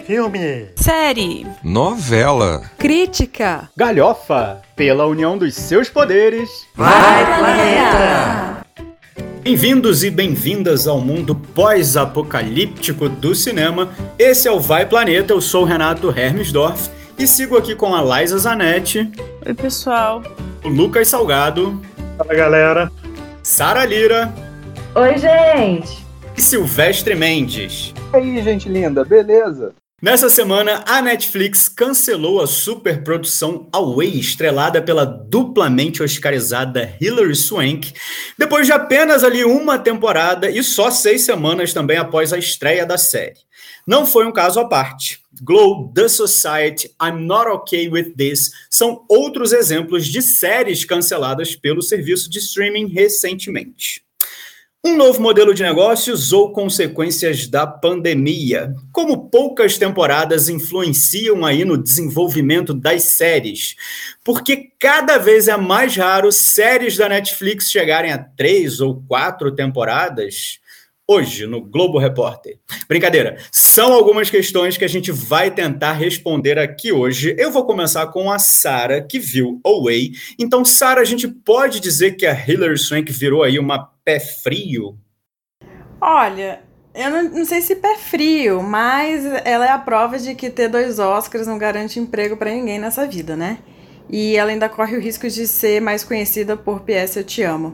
Filme, série, novela, crítica, galhofa, pela união dos seus poderes. Vai Planeta! Bem-vindos e bem-vindas ao mundo pós-apocalíptico do cinema. Esse é o Vai Planeta, eu sou o Renato Hermesdorf e sigo aqui com a Laisa Zanetti. Oi, pessoal. O Lucas Salgado. Fala, galera. Sara Lira. Oi, gente. E Silvestre Mendes. E aí, gente linda, beleza? Nessa semana, a Netflix cancelou a superprodução Away, estrelada pela duplamente oscarizada Hilary Swank, depois de apenas ali uma temporada e só 6 semanas também após a estreia da série. Não foi um caso à parte. Glow, The Society, I'm Not Okay With This são outros exemplos de séries canceladas pelo serviço de streaming recentemente. Um novo modelo de negócios ou consequências da pandemia? Como poucas temporadas influenciam aí no desenvolvimento das séries? Porque cada vez é mais raro séries da Netflix chegarem a 3 ou 4 temporadas? Hoje, no Globo Repórter. Brincadeira, são algumas questões que a gente vai tentar responder aqui hoje. Eu vou começar com a Sara, que viu Away. Então, Sara, a gente pode dizer que a Hilary Swank virou aí uma pé frio? Olha, eu não sei se pé frio, mas ela é a prova de que ter 2 Oscars não garante emprego pra ninguém nessa vida, né? E ela ainda corre o risco de ser mais conhecida por PS Eu Te Amo.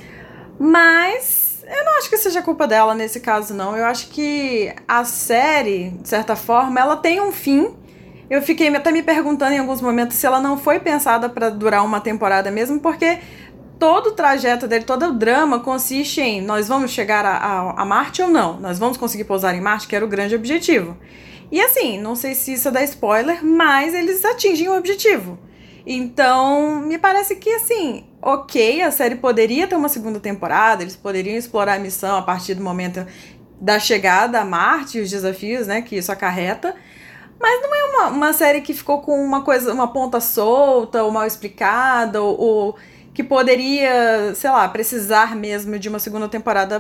Mas eu não acho que seja culpa dela nesse caso, não. Eu acho que a série, de certa forma, ela tem um fim. Eu fiquei até me perguntando em alguns momentos se ela não foi pensada para durar uma temporada mesmo, porque todo o trajeto dele, todo o drama consiste em nós vamos chegar a Marte ou não? Nós vamos conseguir pousar em Marte, que era o grande objetivo. E assim, não sei se isso dá spoiler, mas eles atingem o objetivo. Então, me parece que, assim, ok, a série poderia ter uma segunda temporada, eles poderiam explorar a missão a partir do momento da chegada a Marte e os desafios, né, que isso acarreta, mas não é uma série que ficou com uma ponta solta ou mal explicada, ou que poderia, sei lá, precisar mesmo de uma segunda temporada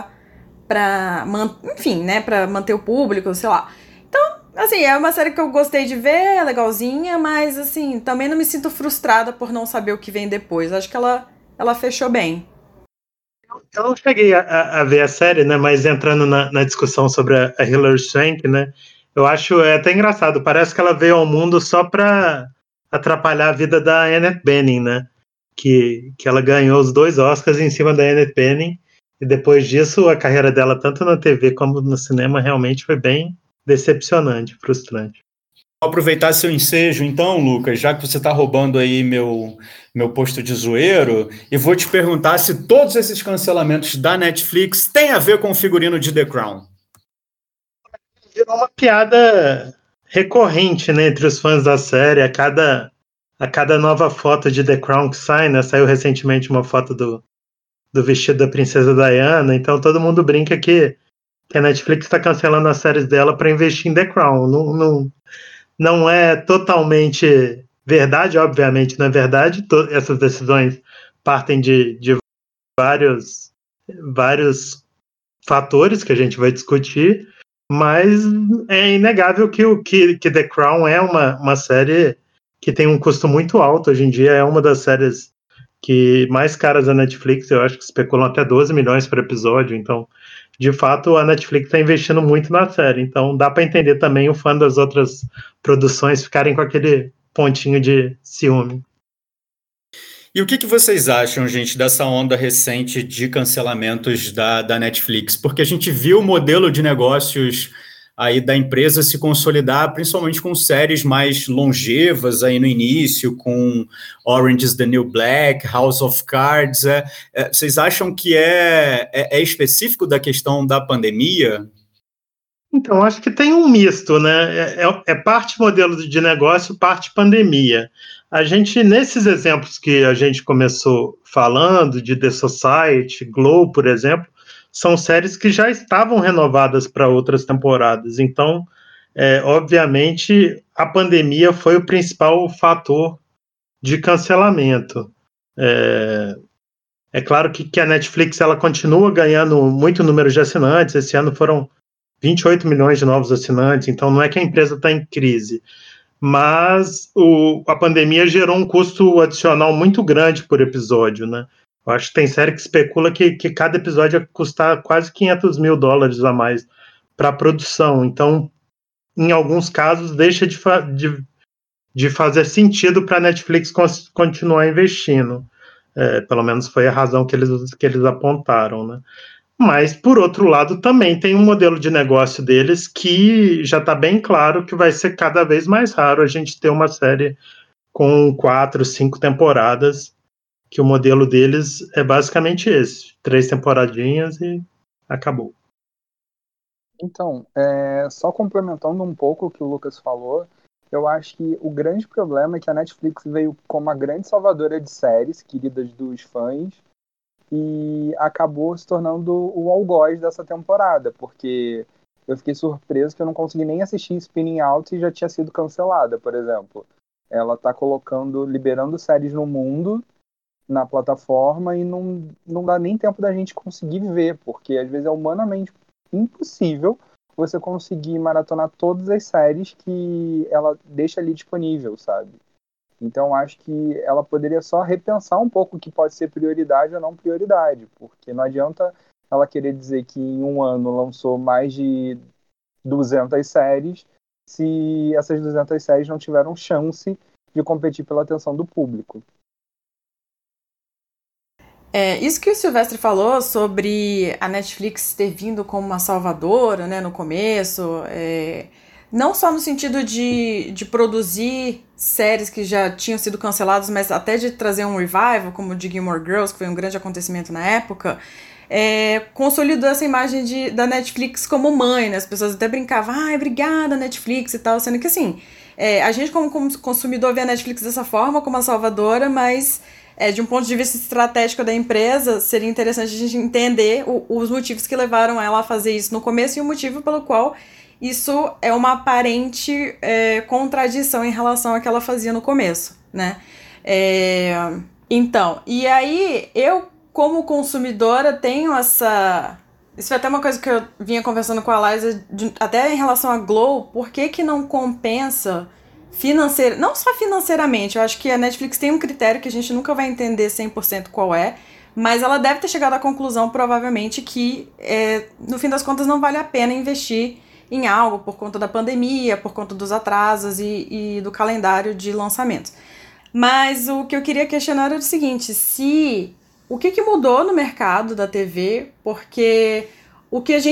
enfim, né, pra manter o público, sei lá. Então, assim, é uma série que eu gostei de ver, é legalzinha, mas, assim, também não me sinto frustrada por não saber o que vem depois. Acho que ela fechou bem. Eu não cheguei a ver a série, né, mas entrando na discussão sobre a Hilary Swank, né, eu acho até engraçado, parece que ela veio ao mundo só pra atrapalhar a vida da Annette Bening, né, que ela ganhou os 2 Oscars em cima da Annette Bening, e depois disso a carreira dela, tanto na TV como no cinema, realmente foi bem decepcionante, frustrante. Vou aproveitar seu ensejo, então, Lucas, já que você está roubando aí meu posto de zoeiro, e vou te perguntar se todos esses cancelamentos da Netflix têm a ver com o figurino de The Crown. Virou uma piada recorrente, né, entre os fãs da série. A cada nova foto de The Crown que sai, né, saiu recentemente uma foto do vestido da princesa Diana, então todo mundo brinca que a Netflix está cancelando as séries dela para investir em The Crown. Não é totalmente verdade, obviamente não é verdade. Essas decisões partem de vários fatores que a gente vai discutir, mas é inegável que The Crown é uma série que tem um custo muito alto. Hoje em dia é uma das séries que mais caras da Netflix, eu acho que especulam até 12 milhões por episódio, então de fato a Netflix está investindo muito na série, então dá para entender também o fã das outras produções ficarem com aquele pontinho de ciúme. E o que vocês acham, gente, dessa onda recente de cancelamentos da Netflix? Porque a gente viu o modelo de negócios aí da empresa se consolidar, principalmente com séries mais longevas aí no início, com Orange is the New Black, House of Cards. Vocês acham que é específico da questão da pandemia? Então, acho que tem um misto, né? É parte modelo de negócio, parte pandemia. A gente, nesses exemplos que a gente começou falando, de The Society, Glow, por exemplo, são séries que já estavam renovadas para outras temporadas. Então, obviamente, a pandemia foi o principal fator de cancelamento. É claro que a Netflix ela continua ganhando muito número de assinantes. Esse ano foram 28 milhões de novos assinantes, então não é que a empresa está em crise, mas a pandemia gerou um custo adicional muito grande por episódio, né? Eu acho que tem série que especula que cada episódio ia custar quase $500 mil a mais para a produção, então em alguns casos deixa de fazer sentido para a Netflix continuar investindo. Pelo menos foi a razão que eles apontaram, né? Mas, por outro lado, também tem um modelo de negócio deles que já está bem claro que vai ser cada vez mais raro a gente ter uma série com 4, 5 temporadas, que o modelo deles é basicamente esse. 3 temporadinhas e acabou. Então, só complementando um pouco o que o Lucas falou, eu acho que o grande problema é que a Netflix veio como uma grande salvadora de séries, queridas dos fãs, e acabou se tornando o algoz dessa temporada, porque eu fiquei surpreso que eu não consegui nem assistir Spinning Out e já tinha sido cancelada, por exemplo. Ela tá liberando séries no mundo, na plataforma, e não dá nem tempo da gente conseguir ver, porque às vezes é humanamente impossível você conseguir maratonar todas as séries que ela deixa ali disponível, sabe? Então, acho que ela poderia só repensar um pouco o que pode ser prioridade ou não prioridade, porque não adianta ela querer dizer que em um ano lançou mais de 200 séries se essas 200 séries não tiveram chance de competir pela atenção do público. Isso que o Silvestre falou sobre a Netflix ter vindo como uma salvadora, né, no começo, não só no sentido de produzir séries que já tinham sido canceladas, mas até de trazer um revival, como o de Gilmore Girls, que foi um grande acontecimento na época, consolidou essa imagem da Netflix como mãe, né? As pessoas até brincavam, obrigada Netflix e tal, sendo que assim, a gente como consumidor vê a Netflix dessa forma, como a salvadora, mas de um ponto de vista estratégico da empresa, seria interessante a gente entender os motivos que levaram ela a fazer isso no começo e o motivo pelo qual isso é uma aparente contradição em relação ao que ela fazia no começo, né? Então, e aí eu, como consumidora, tenho essa... Isso foi até uma coisa que eu vinha conversando com a Liza, até em relação a Glow, por que não compensa não só financeiramente, eu acho que a Netflix tem um critério que a gente nunca vai entender 100% qual é, mas ela deve ter chegado à conclusão, provavelmente, que no fim das contas não vale a pena investir em algo por conta da pandemia, por conta dos atrasos e do calendário de lançamentos. Mas o que eu queria questionar era o seguinte, o que mudou no mercado da TV, porque o que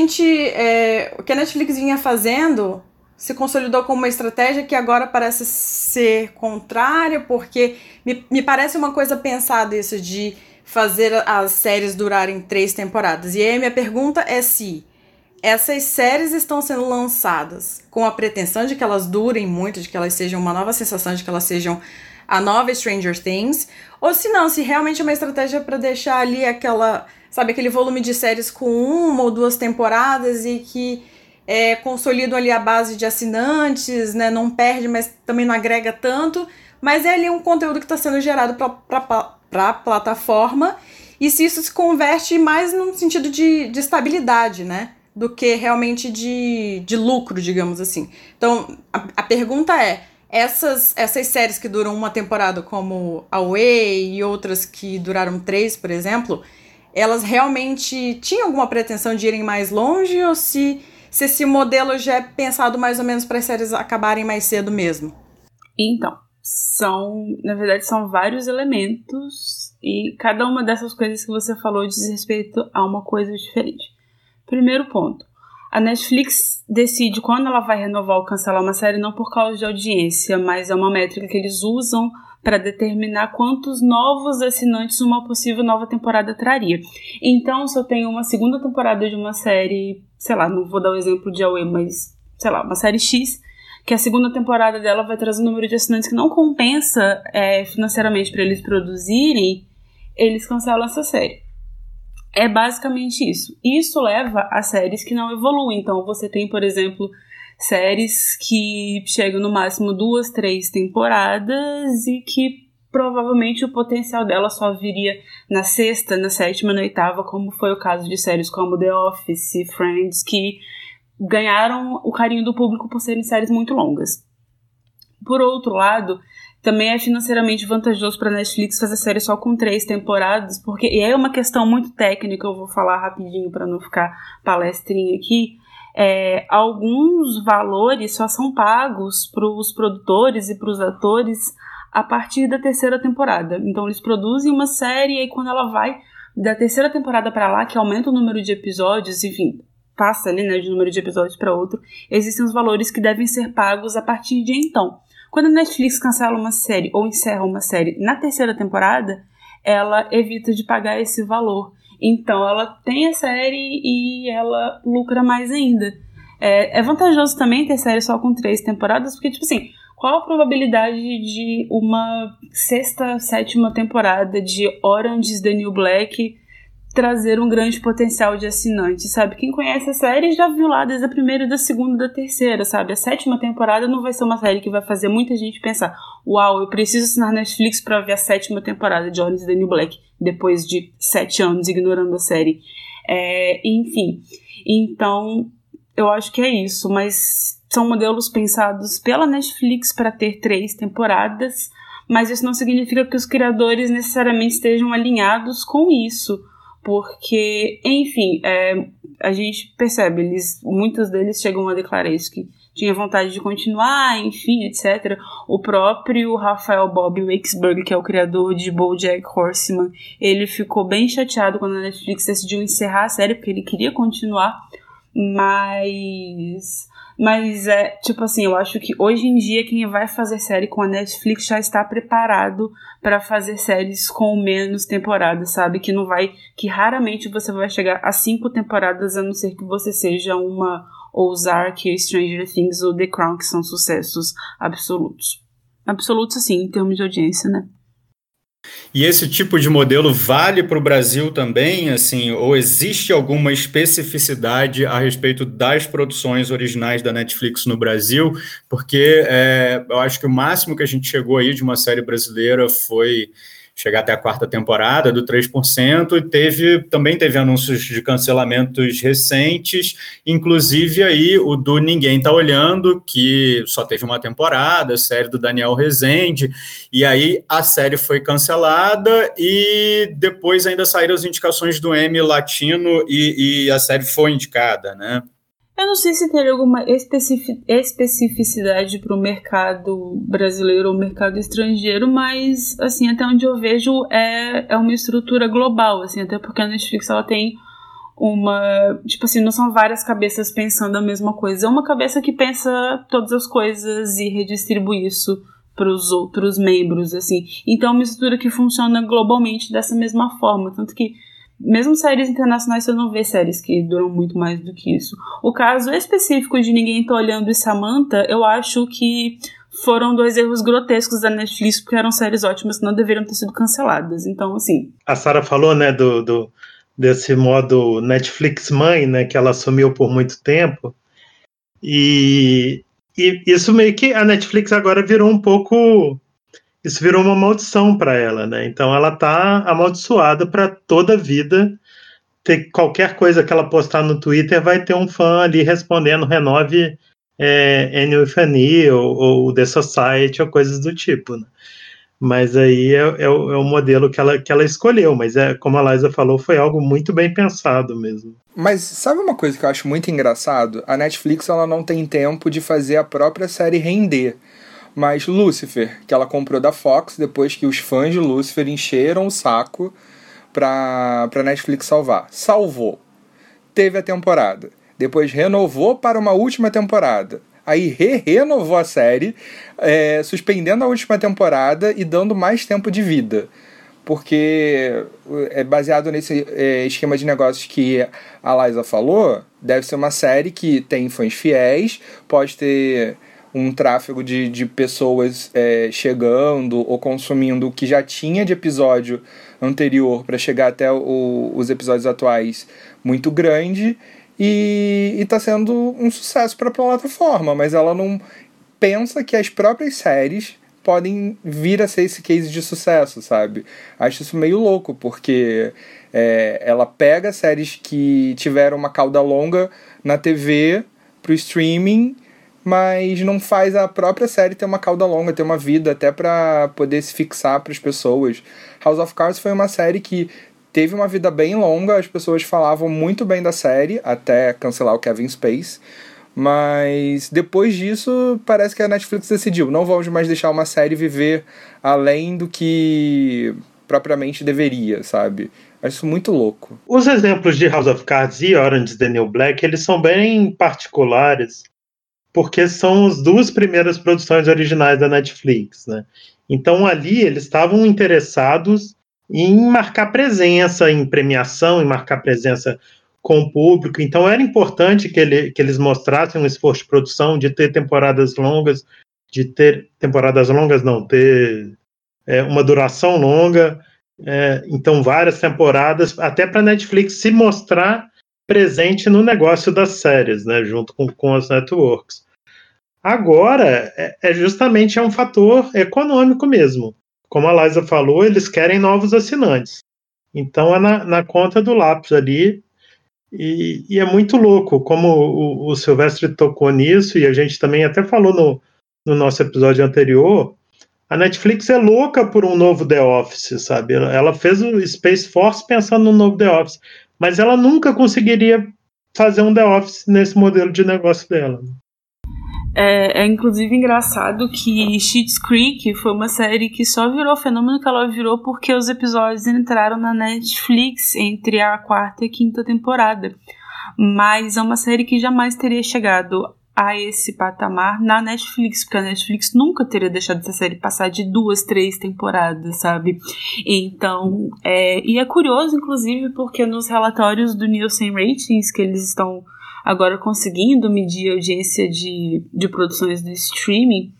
a Netflix vinha fazendo se consolidou como uma estratégia que agora parece ser contrária, porque me parece uma coisa pensada isso de fazer as séries durarem 3 temporadas. E aí a minha pergunta é se essas séries estão sendo lançadas com a pretensão de que elas durem muito, de que elas sejam uma nova sensação, de que elas sejam a nova Stranger Things, ou se não, se realmente é uma estratégia para deixar ali aquele volume de séries com 1 ou 2 temporadas e que consolidam ali a base de assinantes, né, não perde, mas também não agrega tanto, mas é ali um conteúdo que está sendo gerado para a plataforma, e se isso se converte mais no sentido de estabilidade, né, do que realmente de lucro, digamos assim. Então, a pergunta é, essas séries que duram 1 temporada, como Away e outras que duraram 3, por exemplo, elas realmente tinham alguma pretensão de irem mais longe, ou se esse modelo já é pensado mais ou menos para as séries acabarem mais cedo mesmo? Então, na verdade, são vários elementos e cada uma dessas coisas que você falou diz respeito a uma coisa diferente. Primeiro ponto, a Netflix decide quando ela vai renovar ou cancelar uma série não por causa de audiência, mas é uma métrica que eles usam para determinar quantos novos assinantes uma possível nova temporada traria. Então, se eu tenho uma segunda temporada de uma série, sei lá, não vou dar o exemplo de Away, mas, sei lá, uma série X, que a segunda temporada dela vai trazer um número de assinantes que não compensa financeiramente para eles produzirem, eles cancelam essa série. É basicamente isso. Isso leva a séries que não evoluem. Então, você tem, por exemplo, séries que chegam no máximo 2, 3 temporadas e que provavelmente o potencial dela só viria na 6ª, na 7ª, na 8ª, como foi o caso de séries como The Office, Friends, que ganharam o carinho do público por serem séries muito longas. Por outro lado, também é financeiramente vantajoso para a Netflix fazer série só com 3 temporadas, porque e é uma questão muito técnica, eu vou falar rapidinho para não ficar palestrinha aqui. Alguns valores só são pagos para os produtores e para os atores a partir da 3ª temporada. Então eles produzem uma série e aí quando ela vai da 3ª temporada para lá, que aumenta o número de episódios, enfim, passa ali, né, de número de episódios para outro, existem os valores que devem ser pagos a partir de então. Quando a Netflix cancela uma série ou encerra uma série na 3ª temporada, ela evita de pagar esse valor. Então ela tem a série e ela lucra mais ainda. É vantajoso também ter série só com 3 temporadas, porque, tipo assim, qual a probabilidade de uma 6ª, 7ª temporada de Orange is the New Black trazer um grande potencial de assinantes, sabe? Quem conhece a série já viu lá desde a 1ª, da 2ª, da 3ª, sabe? A 7ª temporada não vai ser uma série que vai fazer muita gente pensar: uau, eu preciso assinar Netflix pra ver a 7ª temporada de Orange is the New Black, depois de 7 anos ignorando a série. Enfim, então eu acho que é isso, mas são modelos pensados pela Netflix para ter 3 temporadas, mas isso não significa que os criadores necessariamente estejam alinhados com isso, porque, enfim, a gente percebe, muitos deles chegam a declarar isso, que tinha vontade de continuar, enfim, etc. O próprio Rafael Bob Waksberg, que é o criador de BoJack Horseman, ele ficou bem chateado quando a Netflix decidiu encerrar a série, porque ele queria continuar, mas tipo assim, eu acho que hoje em dia quem vai fazer série com a Netflix já está preparado para fazer séries com menos temporadas, sabe? Que raramente você vai chegar a 5 temporadas, a não ser que você seja uma Ozark, Stranger Things ou The Crown, que são sucessos absolutos. Absolutos, assim, em termos de audiência, né? E esse tipo de modelo vale para o Brasil também, assim, ou existe alguma especificidade a respeito das produções originais da Netflix no Brasil? Porque eu acho que o máximo que a gente chegou aí de uma série brasileira foi chegar até a 4ª temporada do 3%, e também teve anúncios de cancelamentos recentes, inclusive aí o do Ninguém Tá Olhando, que só teve uma temporada, a série do Daniel Rezende, e aí a série foi cancelada e depois ainda saíram as indicações do Emmy Latino e a série foi indicada, né? Eu não sei se teria alguma especificidade para o mercado brasileiro ou mercado estrangeiro, mas, assim, até onde eu vejo é uma estrutura global, assim, até porque a Netflix, ela tem uma... Tipo assim, não são várias cabeças pensando a mesma coisa, é uma cabeça que pensa todas as coisas e redistribui isso para os outros membros, assim. Então é uma estrutura que funciona globalmente dessa mesma forma, tanto que mesmo séries internacionais, você não vê séries que duram muito mais do que isso. O caso específico de Ninguém Tá Olhando e Samantha, eu acho que foram 2 erros grotescos da Netflix, porque eram séries ótimas que não deveriam ter sido canceladas. Então, assim... A Sarah falou, né, desse modo Netflix mãe, né, que ela assumiu por muito tempo. E isso meio que a Netflix agora virou um pouco... Isso virou uma maldição para ela, né? Então ela tá amaldiçoada para toda a vida. Qualquer coisa que ela postar no Twitter vai ter um fã ali respondendo renove Annie with Annie ou The Society ou coisas do tipo, né? Mas aí é o modelo que ela escolheu, mas como a Liza falou, foi algo muito bem pensado mesmo. Mas sabe uma coisa que eu acho muito engraçado? A Netflix ela não tem tempo de fazer a própria série render. Mas Lucifer, que ela comprou da Fox depois que os fãs de Lucifer encheram o saco pra Netflix salvar. Salvou. Teve a temporada. Depois renovou para uma última temporada. Aí renovou a série, suspendendo a última temporada e dando mais tempo de vida. Porque é baseado nesse esquema de negócios que a Liza falou, deve ser uma série que tem fãs fiéis, pode ter um tráfego de pessoas chegando ou consumindo o que já tinha de episódio anterior para chegar até os episódios atuais muito grande e está sendo um sucesso para a plataforma, mas ela não pensa que as próprias séries podem vir a ser esse case de sucesso, sabe? Acho isso meio louco, porque ela pega séries que tiveram uma cauda longa na TV, pro streaming, mas não faz a própria série ter uma cauda longa, ter uma vida, até pra poder se fixar pras pessoas. House of Cards foi uma série que teve uma vida bem longa, as pessoas falavam muito bem da série, até cancelar o Kevin Spacey, mas depois disso parece que a Netflix decidiu, não vamos mais deixar uma série viver além do que propriamente deveria, sabe? Acho isso muito louco. Os exemplos de House of Cards e Orange is the New Black, eles são bem particulares, porque são as duas primeiras produções originais da Netflix, né? Então ali eles estavam interessados em marcar presença, em premiação, em marcar presença com o público. Então era importante que eles mostrassem um esforço de produção, de ter temporadas longas, ter uma duração longa, então várias temporadas, até para a Netflix se mostrar presente no negócio das séries, né, junto com as networks. Agora, justamente um fator econômico mesmo. Como a Liza falou, eles querem novos assinantes. Então é na conta do lápis ali. E é muito louco, como o Silvestre tocou nisso, e a gente também até falou no nosso episódio anterior, a Netflix é louca por um novo The Office, sabe? Ela fez o Space Force pensando no novo The Office, mas ela nunca conseguiria fazer um The Office nesse modelo de negócio dela. É inclusive engraçado que Schitt's Creek foi uma série que só virou fenômeno que ela virou porque os episódios entraram na Netflix entre a 4ª e 5ª temporada. Mas é uma série que jamais teria chegado a esse patamar na Netflix, porque a Netflix nunca teria deixado essa série passar de 2, 3 temporadas, sabe? Então, e é curioso, inclusive, porque nos relatórios do Nielsen Ratings que eles estão agora conseguindo medir a audiência de produções do streaming,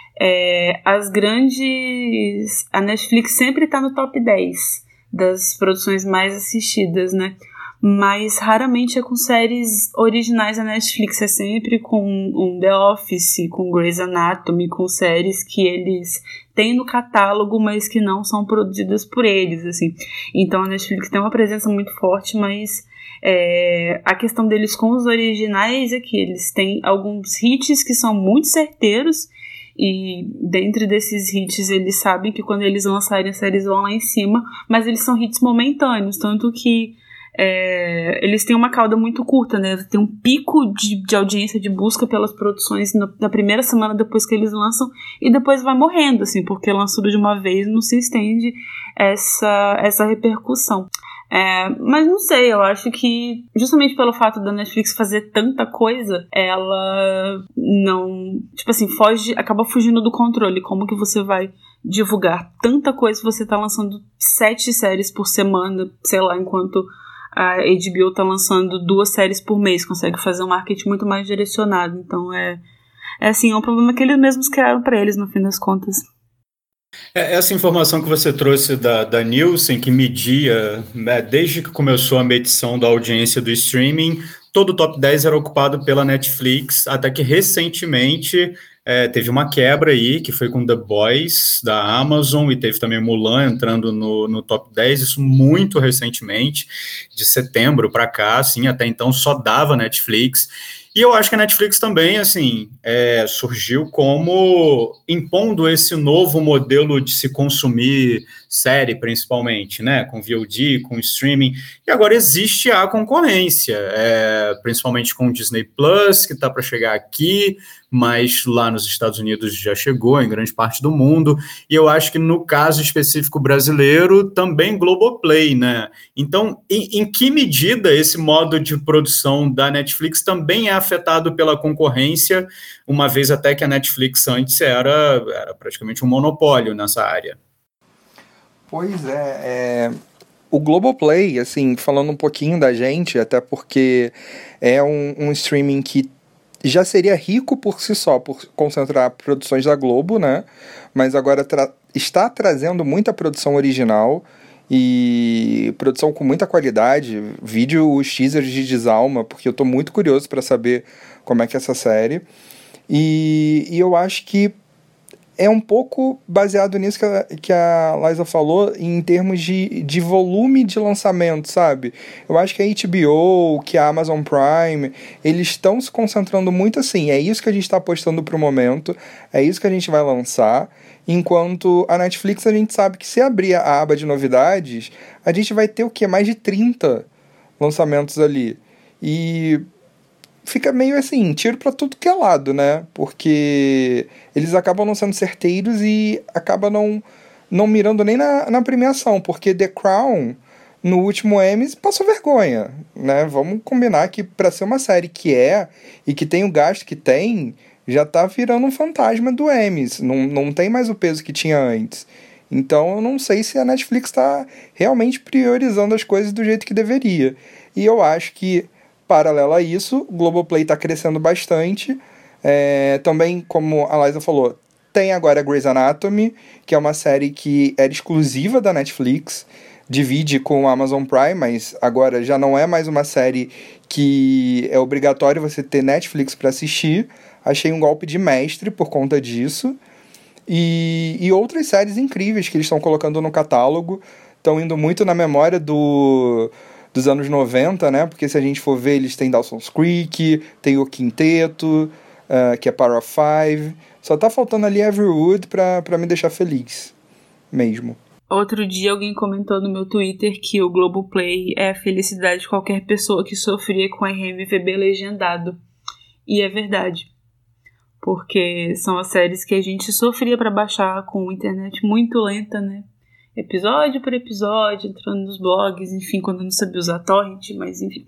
a Netflix sempre está no top 10 das produções mais assistidas, né? Mas raramente é com séries originais da Netflix, é sempre com um The Office, com Grey's Anatomy, com séries que eles têm no catálogo, mas que não são produzidas por eles, assim. Então a Netflix tem uma presença muito forte, mas a questão deles com os originais é que eles têm alguns hits que são muito certeiros, e dentro desses hits eles sabem que quando eles lançarem as séries vão lá em cima, mas eles são hits momentâneos, tanto que eles têm uma cauda muito curta, né? Tem um pico de audiência, de busca pelas produções na primeira semana depois que eles lançam, e depois vai morrendo, assim, porque lançado de uma vez não se estende essa repercussão. Mas não sei, eu acho que justamente pelo fato da Netflix fazer tanta coisa, ela não, tipo assim, acaba fugindo do controle. Como que você vai divulgar tanta coisa se você tá lançando 7 séries por semana, sei lá, enquanto a HBO tá lançando 2 séries por mês, consegue fazer um marketing muito mais direcionado. Então assim, é um problema que eles mesmos criaram pra eles, no fim das contas. Essa informação que você trouxe da Nielsen, que media, desde que começou a medição da audiência do streaming, todo o top 10 era ocupado pela Netflix, até que recentemente teve uma quebra aí, que foi com The Boys, da Amazon, e teve também Mulan entrando no top 10, isso muito recentemente, de setembro para cá, assim, até então só dava Netflix. E eu acho que a Netflix também, assim, surgiu como impondo esse novo modelo de se consumir série, principalmente, né, com VOD, com streaming, e agora existe a concorrência, principalmente com o Disney Plus, que está para chegar aqui, mas lá nos Estados Unidos já chegou, em grande parte do mundo, e eu acho que no caso específico brasileiro, também Globoplay, né? Então, em que medida esse modo de produção da Netflix também é afetado pela concorrência, uma vez até que a Netflix antes era praticamente um monopólio nessa área? Pois o Globoplay, assim, falando um pouquinho da gente, até porque é um streaming que já seria rico por si só, por concentrar produções da Globo, né? Mas agora está trazendo muita produção original e produção com muita qualidade. Vídeo os teasers de Desalma, porque eu estou muito curioso para saber como é que é essa série. E eu acho que é um pouco baseado nisso que a Liza falou, em termos de volume de lançamento, sabe? Eu acho que a HBO, que a Amazon Prime, eles estão se concentrando muito assim, é isso que a gente está apostando pro momento, é isso que a gente vai lançar, enquanto a Netflix, a gente sabe que se abrir a aba de novidades, a gente vai ter o quê? Mais de 30 lançamentos ali. E fica meio assim, tiro pra tudo que é lado, né? Porque eles acabam não sendo certeiros e acabam não mirando nem na premiação, porque The Crown, no último Emmys, passou vergonha, né? Vamos combinar que pra ser uma série que e que tem o gasto que tem, já tá virando um fantasma do Emmys, não tem mais o peso que tinha antes. Então eu não sei se a Netflix tá realmente priorizando as coisas do jeito que deveria. E eu acho que, paralelo a isso, o Globoplay está crescendo bastante. Também, como a Liza falou, tem agora a Grey's Anatomy, que é uma série que era exclusiva da Netflix, divide com a Amazon Prime, mas agora já não é mais uma série que é obrigatório você ter Netflix para assistir. Achei um golpe de mestre por conta disso. E outras séries incríveis que eles estão colocando no catálogo, estão indo muito na memória dos anos 90, né? Porque se a gente for ver, eles têm Dawson's Creek, tem o Quinteto, que é Power of Five. Só tá faltando ali Everwood pra me deixar feliz mesmo. Outro dia alguém comentou no meu Twitter que o Globoplay é a felicidade de qualquer pessoa que sofria com RMVB legendado. E é verdade. Porque são as séries que a gente sofria pra baixar com internet muito lenta, né? Episódio por episódio, entrando nos blogs, enfim, quando eu não sabia usar torrent, mas enfim.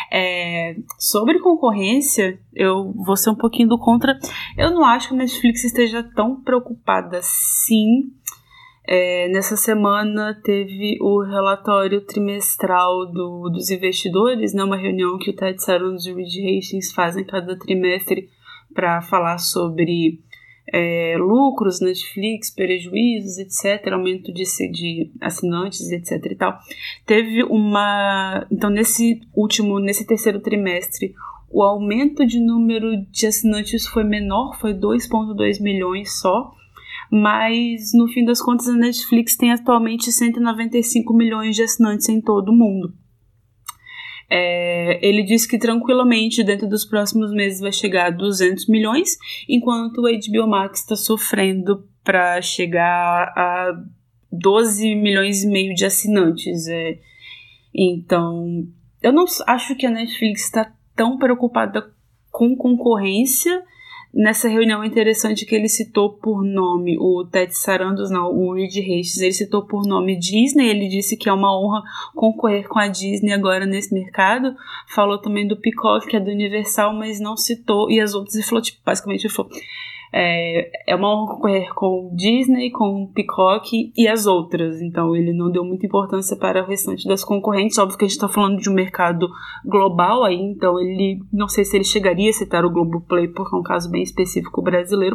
Sobre concorrência, eu vou ser um pouquinho do contra. Eu não acho que a Netflix esteja tão preocupada assim. Nessa semana teve o relatório trimestral dos investidores, né, uma reunião que o Ted Sarandos e o Reed Hastings fazem cada trimestre para falar sobre lucros, Netflix, prejuízos, etc., aumento de assinantes, etc. e tal. Teve então nesse terceiro trimestre, o aumento de número de assinantes foi menor, foi 2,2 milhões só, mas no fim das contas a Netflix tem atualmente 195 milhões de assinantes em todo o mundo. Ele disse que tranquilamente dentro dos próximos meses vai chegar a 200 milhões, enquanto o HBO Max está sofrendo para chegar a 12 milhões e meio de assinantes. Então, eu não acho que a Netflix está tão preocupada com concorrência. Nessa reunião interessante que ele citou por nome, o Ted Sarandos, não, o Reed Hastings, ele citou por nome Disney, ele disse que é uma honra concorrer com a Disney agora nesse mercado, falou também do Peacock, que é do Universal, mas não citou, e as outras, ele falou, basicamente ele falou, é uma honra concorrer com Disney, com Peacock e as outras, então ele não deu muita importância para o restante das concorrentes. Óbvio que a gente está falando de um mercado global aí, então ele, não sei se ele chegaria a citar o Globoplay, porque é um caso bem específico brasileiro,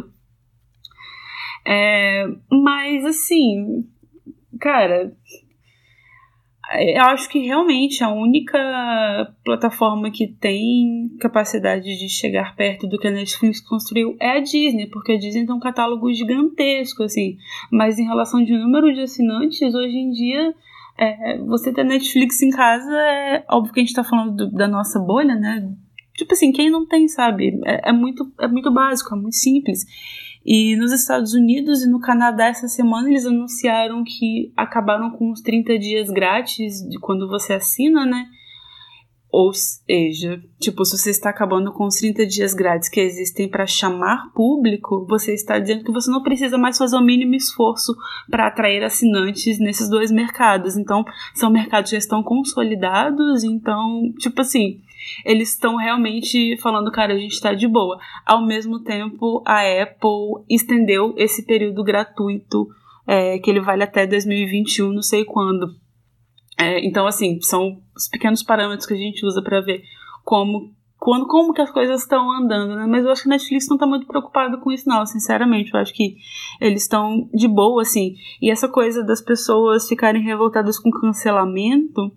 mas assim, cara, eu acho que realmente a única plataforma que tem capacidade de chegar perto do que a Netflix construiu é a Disney, porque a Disney tem um catálogo gigantesco, assim, mas em relação de número de assinantes, hoje em dia, você ter Netflix em casa, óbvio que a gente tá falando da nossa bolha, né? Tipo assim, quem não tem, sabe? É muito básico, é muito simples. E nos Estados Unidos e no Canadá essa semana eles anunciaram que acabaram com os 30 dias grátis de quando você assina, né? Ou seja, tipo, se você está acabando com os 30 dias grátis que existem para chamar público, você está dizendo que você não precisa mais fazer o mínimo esforço para atrair assinantes nesses dois mercados. Então, são mercados que já estão consolidados, então, tipo assim, eles estão realmente falando, cara, a gente está de boa. Ao mesmo tempo, a Apple estendeu esse período gratuito, que ele vale até 2021, não sei quando. Então, assim, são os pequenos parâmetros que a gente usa para ver como que as coisas estão andando, né? Mas eu acho que a Netflix não tá muito preocupada com isso, não, sinceramente. Eu acho que eles estão de boa, assim. E essa coisa das pessoas ficarem revoltadas com cancelamento,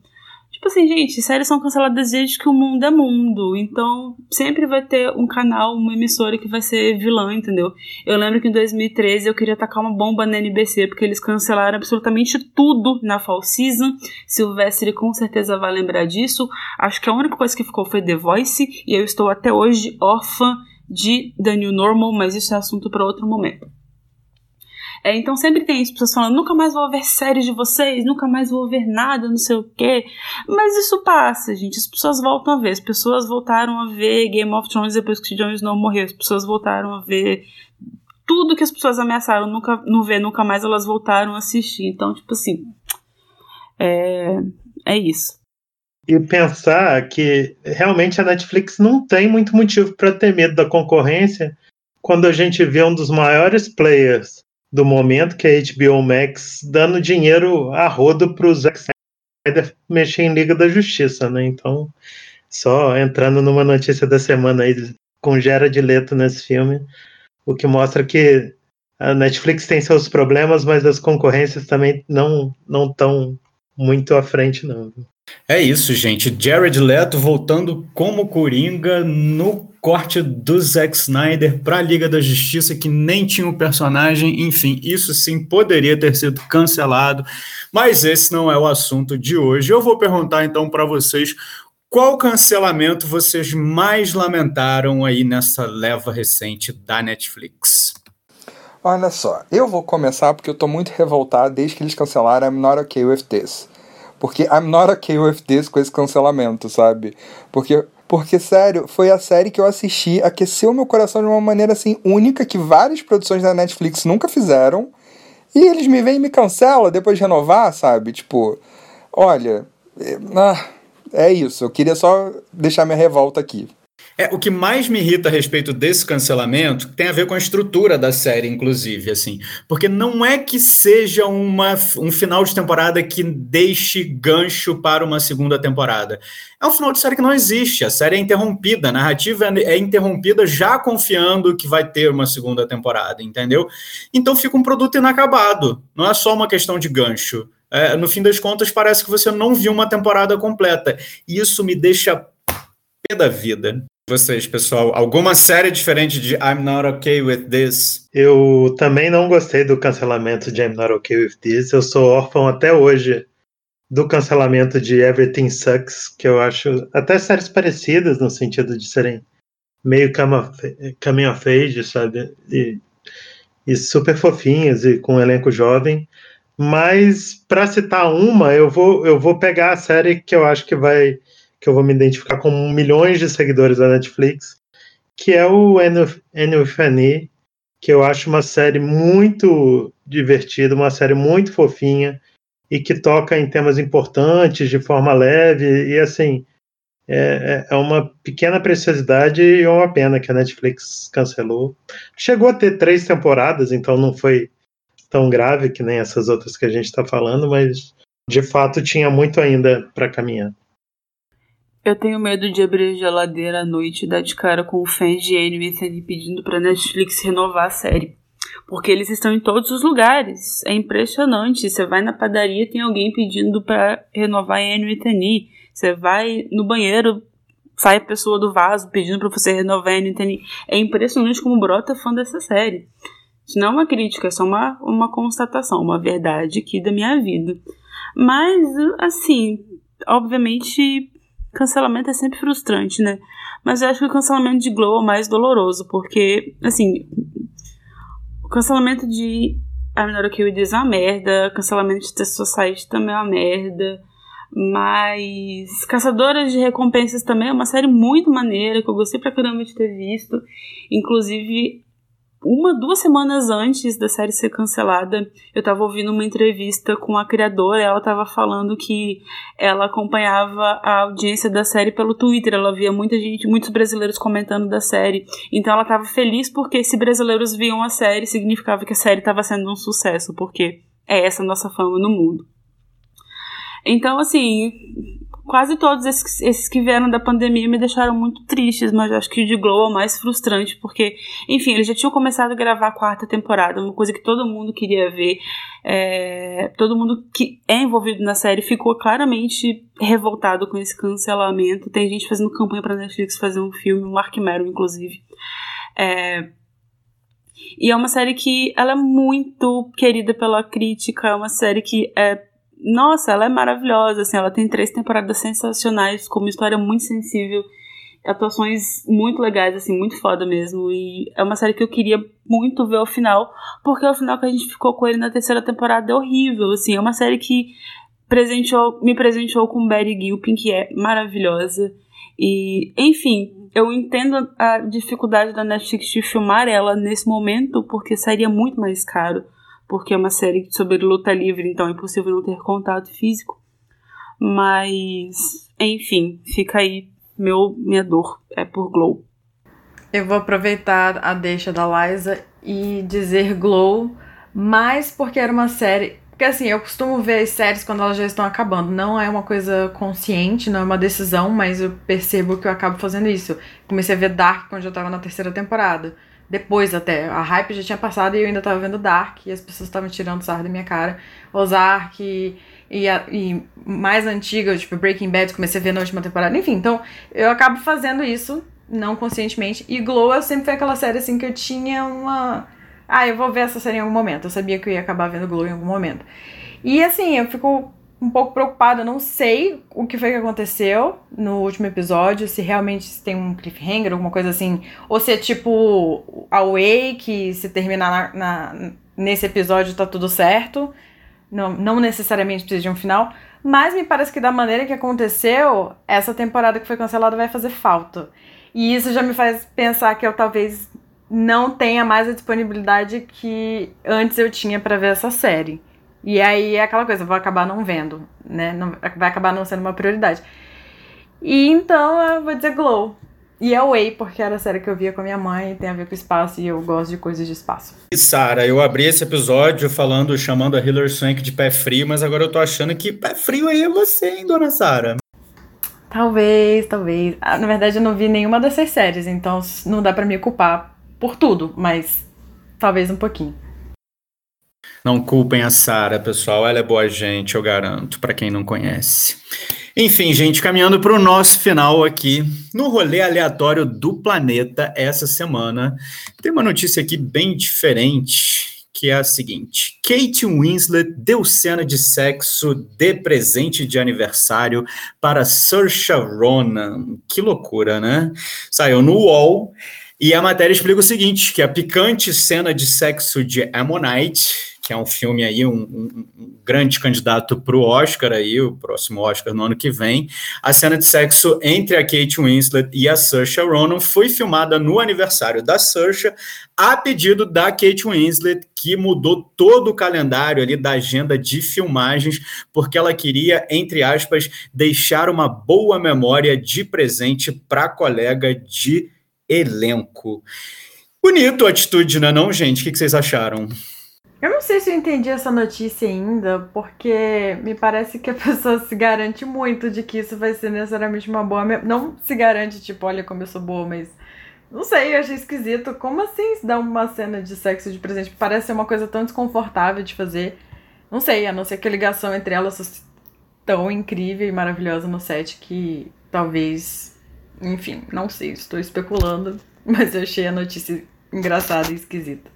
Tipo assim, gente, séries são canceladas desde que o mundo é mundo. Então, sempre vai ter um canal, uma emissora que vai ser vilã, entendeu? Eu lembro que em 2013 eu queria tacar uma bomba na NBC, porque eles cancelaram absolutamente tudo na Fall Season. Silvestre com certeza vai lembrar disso. Acho que a única coisa que ficou foi The Voice, e eu estou até hoje órfã de The New Normal, mas isso é assunto para outro momento. Então sempre tem as pessoas falando, nunca mais vou ver séries de vocês, nunca mais vou ver nada, não sei o quê. Mas isso passa, gente. As pessoas voltam a ver. As pessoas voltaram a ver Game of Thrones depois que Jon Snow morreu. As pessoas voltaram a ver tudo que as pessoas ameaçaram não ver nunca mais, elas voltaram a assistir. Então, tipo assim, é isso. E pensar que realmente a Netflix não tem muito motivo para ter medo da concorrência quando a gente vê um dos maiores players do momento, que é a HBO Max, dando dinheiro a rodo para o Zack Snyder mexer em Liga da Justiça, né? Então, só entrando numa notícia da semana aí com Jared Leto nesse filme, o que mostra que a Netflix tem seus problemas, mas as concorrências também não estão muito à frente, não. É isso, gente. Jared Leto voltando como Coringa no corte do Zack Snyder para a Liga da Justiça, que nem tinha um personagem. Enfim, isso sim poderia ter sido cancelado, mas esse não é o assunto de hoje. Eu vou perguntar então para vocês qual cancelamento vocês mais lamentaram aí nessa leva recente da Netflix. Olha só, eu vou começar porque eu tô muito revoltado desde que eles cancelaram I'm Not Okay With This. Porque I'm not okay with this com esse cancelamento, sabe? Porque, sério, foi a série que eu assisti, aqueceu meu coração de uma maneira, assim, única, que várias produções da Netflix nunca fizeram. E eles me vêm e me cancelam depois de renovar, sabe? Tipo, olha, é isso. Eu queria só deixar minha revolta aqui. O que mais me irrita a respeito desse cancelamento tem a ver com a estrutura da série, inclusive, assim. Porque não é que seja um final de temporada que deixe gancho para uma segunda temporada. É um final de série que não existe. A série é interrompida, a narrativa é interrompida já confiando que vai ter uma segunda temporada, entendeu? Então fica um produto inacabado. Não é só uma questão de gancho. No fim das contas, parece que você não viu uma temporada completa. E isso me deixa pé da vida. Vocês, pessoal, alguma série diferente de I'm Not Okay With This? Eu também não gostei do cancelamento de I'm Not Okay With This. Eu sou órfão até hoje do cancelamento de Everything Sucks, que eu acho até séries parecidas no sentido de serem meio coming of age, sabe? E super fofinhas e com um elenco jovem. Mas, para citar uma, eu vou pegar a série que eu acho que eu vou me identificar com milhões de seguidores da Netflix, que é o Anne with an E, que eu acho uma série muito divertida, uma série muito fofinha, e que toca em temas importantes de forma leve, e assim, é uma pequena preciosidade e é uma pena que a Netflix cancelou. Chegou a ter 3 temporadas, então não foi tão grave que nem essas outras que a gente está falando, mas de fato tinha muito ainda para caminhar. Eu tenho medo de abrir a geladeira à noite e dar de cara com fãs de Anne with an E pedindo pra Netflix renovar a série. Porque eles estão em todos os lugares. É impressionante. Você vai na padaria, tem alguém pedindo pra renovar Anne with an E. Você vai no banheiro, sai a pessoa do vaso pedindo pra você renovar Anne with an E. É impressionante como brota fã dessa série. Isso não é uma crítica, é só uma constatação, uma verdade aqui da minha vida. Mas, assim, obviamente, cancelamento é sempre frustrante, né? Mas eu acho que o cancelamento de Glow é o mais doloroso, porque, assim, o cancelamento de I'm Not Okay With This é uma merda, o cancelamento de The Society também é uma merda, mas Caçadoras de Recompensas também é uma série muito maneira, que eu gostei pra caramba de ter visto. Inclusive, 2 semanas antes da série ser cancelada, eu tava ouvindo uma entrevista com a criadora. Ela tava falando que ela acompanhava a audiência da série pelo Twitter. Ela via muitos brasileiros comentando da série. Então ela tava feliz porque se brasileiros viam a série, significava que a série tava sendo um sucesso, porque é essa a nossa fama no mundo. Então, assim, quase todos esses que vieram da pandemia me deixaram muito tristes, mas eu acho que o de Glow é o mais frustrante, porque, enfim, eles já tinham começado a gravar a 4ª temporada, uma coisa que todo mundo queria ver, todo mundo que é envolvido na série ficou claramente revoltado com esse cancelamento. Tem gente fazendo campanha pra Netflix fazer um filme, o Mark Maron, inclusive. E é uma série que ela é muito querida pela crítica, é uma série que nossa, ela é maravilhosa, assim, ela tem 3 temporadas sensacionais, com uma história muito sensível, atuações muito legais, assim, muito foda mesmo, e é uma série que eu queria muito ver ao final, porque ao final que a gente ficou com ele na 3ª temporada é horrível, assim, é uma série que me presenteou com Betty Gilpin, que é maravilhosa, e, enfim, eu entendo a dificuldade da Netflix de filmar ela nesse momento, porque sairia muito mais caro, porque é uma série sobre luta livre, então é impossível não ter contato físico. Mas, enfim, fica aí minha dor, é por Glow. Eu vou aproveitar a deixa da Liza e dizer Glow, mais porque era uma série... Porque assim, eu costumo ver as séries quando elas já estão acabando. Não é uma coisa consciente, não é uma decisão, mas eu percebo que eu acabo fazendo isso. Comecei a ver Dark quando eu tava na 3ª temporada. Depois até, a hype já tinha passado e eu ainda tava vendo Dark e as pessoas estavam tirando sarro da minha cara. Ozark e mais antiga, tipo Breaking Bad, comecei a ver na última temporada. Enfim, então eu acabo fazendo isso, não conscientemente. E Glow eu sempre foi aquela série assim que eu tinha uma... eu vou ver essa série em algum momento. Eu sabia que eu ia acabar vendo Glow em algum momento. E assim, eu fico um pouco preocupada, eu não sei o que foi que aconteceu no último episódio, se realmente tem um cliffhanger, alguma coisa assim, ou se é tipo a Way, que se terminar nesse episódio tá tudo certo, não necessariamente precisa de um final, mas me parece que da maneira que aconteceu, essa temporada que foi cancelada vai fazer falta. E isso já me faz pensar que eu talvez não tenha mais a disponibilidade que antes eu tinha pra ver essa série. E aí é aquela coisa, eu vou acabar não vendo, né? Vai acabar não sendo uma prioridade. E então eu vou dizer Glow. E é Way, porque era a série que eu via com a minha mãe, tem a ver com espaço e eu gosto de coisas de espaço. E Sara, eu abri esse episódio chamando a Hilary Swank de pé frio, mas agora eu tô achando que pé frio aí é você, hein, dona Sara? Talvez. Na verdade eu não vi nenhuma dessas séries, então não dá pra me culpar por tudo, mas talvez um pouquinho. Não culpem a Sara, pessoal. Ela é boa gente, eu garanto, para quem não conhece. Enfim, gente, caminhando para o nosso final aqui, no rolê aleatório do planeta essa semana, tem uma notícia aqui bem diferente, que é a seguinte: Kate Winslet deu cena de sexo de presente de aniversário para Saoirse Ronan. Que loucura, né? Saiu no UOL. E a matéria explica o seguinte, que a picante cena de sexo de Ammonite, que é um filme aí, um grande candidato para o Oscar aí, o próximo Oscar no ano que vem, a cena de sexo entre a Kate Winslet e a Saoirse Ronan foi filmada no aniversário da Saoirse, a pedido da Kate Winslet, que mudou todo o calendário ali da agenda de filmagens, porque ela queria, entre aspas, deixar uma boa memória de presente para a colega de elenco. Bonito a atitude, não, gente? O que vocês acharam? Eu não sei se eu entendi essa notícia ainda, porque me parece que a pessoa se garante muito de que isso vai ser necessariamente uma boa... Não se garante, tipo, olha como eu sou boa, mas... Não sei, eu achei esquisito. Como assim se dá uma cena de sexo de presente? Parece ser uma coisa tão desconfortável de fazer. Não sei, a não ser que a ligação entre elas fosse tão incrível e maravilhosa no set que talvez... Enfim, não sei, estou especulando, mas eu achei a notícia engraçada e esquisita.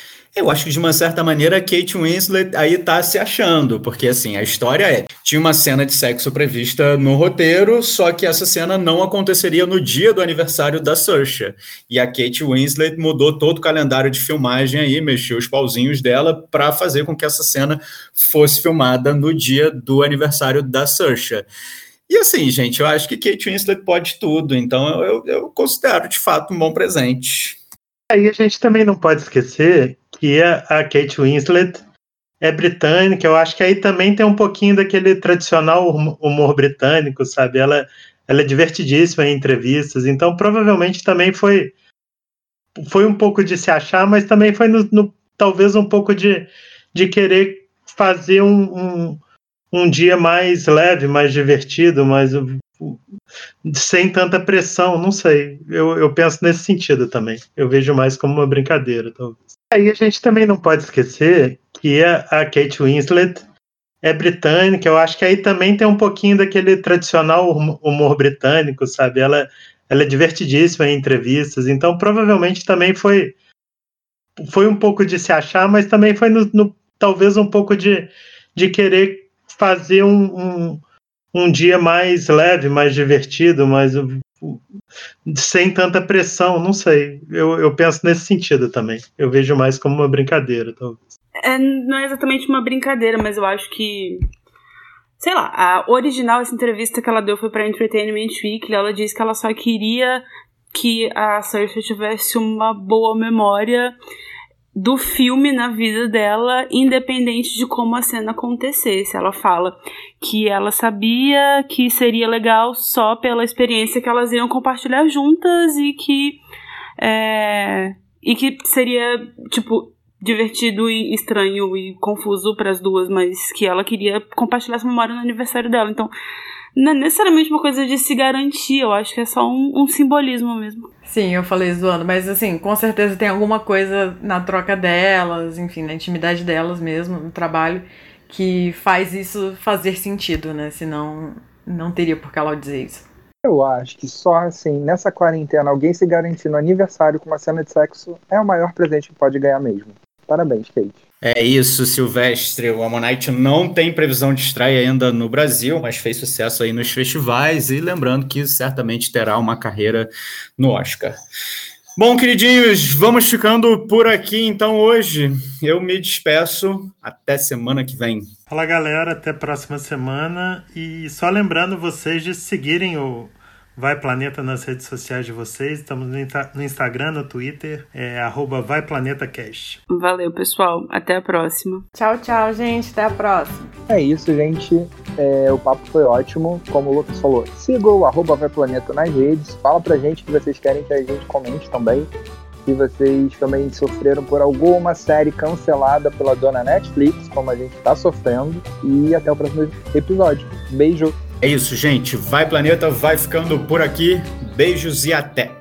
Eu acho que de uma certa maneira a Kate Winslet aí tá se achando, porque assim, a história tinha uma cena de sexo prevista no roteiro, só que essa cena não aconteceria no dia do aniversário da Saoirse. E a Kate Winslet mudou todo o calendário de filmagem aí, mexeu os pauzinhos dela para fazer com que essa cena fosse filmada no dia do aniversário da Saoirse. E assim, gente, eu acho que Kate Winslet pode tudo, então eu considero de fato um bom presente. Aí a gente também não pode esquecer que a Kate Winslet é britânica, eu acho que aí também tem um pouquinho daquele tradicional humor britânico, sabe? Ela é divertidíssima em entrevistas, então provavelmente também foi um pouco de se achar, mas também foi talvez um pouco de querer fazer um dia mais leve, mais divertido, mais sem tanta pressão, não sei. Eu penso nesse sentido também. Eu vejo mais como uma brincadeira, talvez. Aí a gente também não pode esquecer que a Kate Winslet é britânica. Eu acho que aí também tem um pouquinho daquele tradicional humor britânico, sabe? Ela é divertidíssima em entrevistas, então provavelmente também foi um pouco de se achar, mas também foi talvez um pouco de querer fazer um dia mais leve, mais divertido, mais sem tanta pressão, não sei. Eu penso nesse sentido também. Eu vejo mais como uma brincadeira, talvez. Não é exatamente uma brincadeira, mas eu acho que... Sei lá, a original, essa entrevista que ela deu foi pra Entertainment Weekly. Ela disse que ela só queria que a Saoirse tivesse uma boa memória do filme na vida dela, independente de como a cena acontecesse. Ela fala que ela sabia que seria legal só pela experiência que elas iam compartilhar juntas e que seria, tipo, divertido e estranho e confuso para as duas, mas que ela queria compartilhar essa memória no aniversário dela. Então, não é necessariamente uma coisa de se garantir, eu acho que é só um simbolismo mesmo. Sim, eu falei zoando, mas assim, com certeza tem alguma coisa na troca delas, enfim, na intimidade delas mesmo, no trabalho, que faz isso fazer sentido, né? Senão, não teria por que ela dizer isso. Eu acho que só assim, nessa quarentena, alguém se garantir no aniversário com uma cena de sexo é o maior presente que pode ganhar mesmo. Parabéns, Kate. É isso, Silvestre. O Ammonite não tem previsão de estreia ainda no Brasil, mas fez sucesso aí nos festivais e lembrando que certamente terá uma carreira no Oscar. Bom, queridinhos, vamos ficando por aqui então hoje. Eu me despeço. Até semana que vem. Fala, galera. Até a próxima semana. E só lembrando vocês de seguirem o Vai Planeta nas redes sociais de vocês. Estamos no Instagram, no Twitter, @VaiPlanetaCast. Valeu, pessoal. Até a próxima. Tchau, tchau, gente. Até a próxima. É isso, gente. O papo foi ótimo. Como o Lucas falou, siga o @VaiPlaneta nas redes. Fala pra gente que vocês querem que a gente comente também. Se vocês também sofreram por alguma série cancelada pela dona Netflix, como a gente tá sofrendo. E até o próximo episódio. Beijo! É isso, gente. Vai Planeta, vai ficando por aqui. Beijos e até!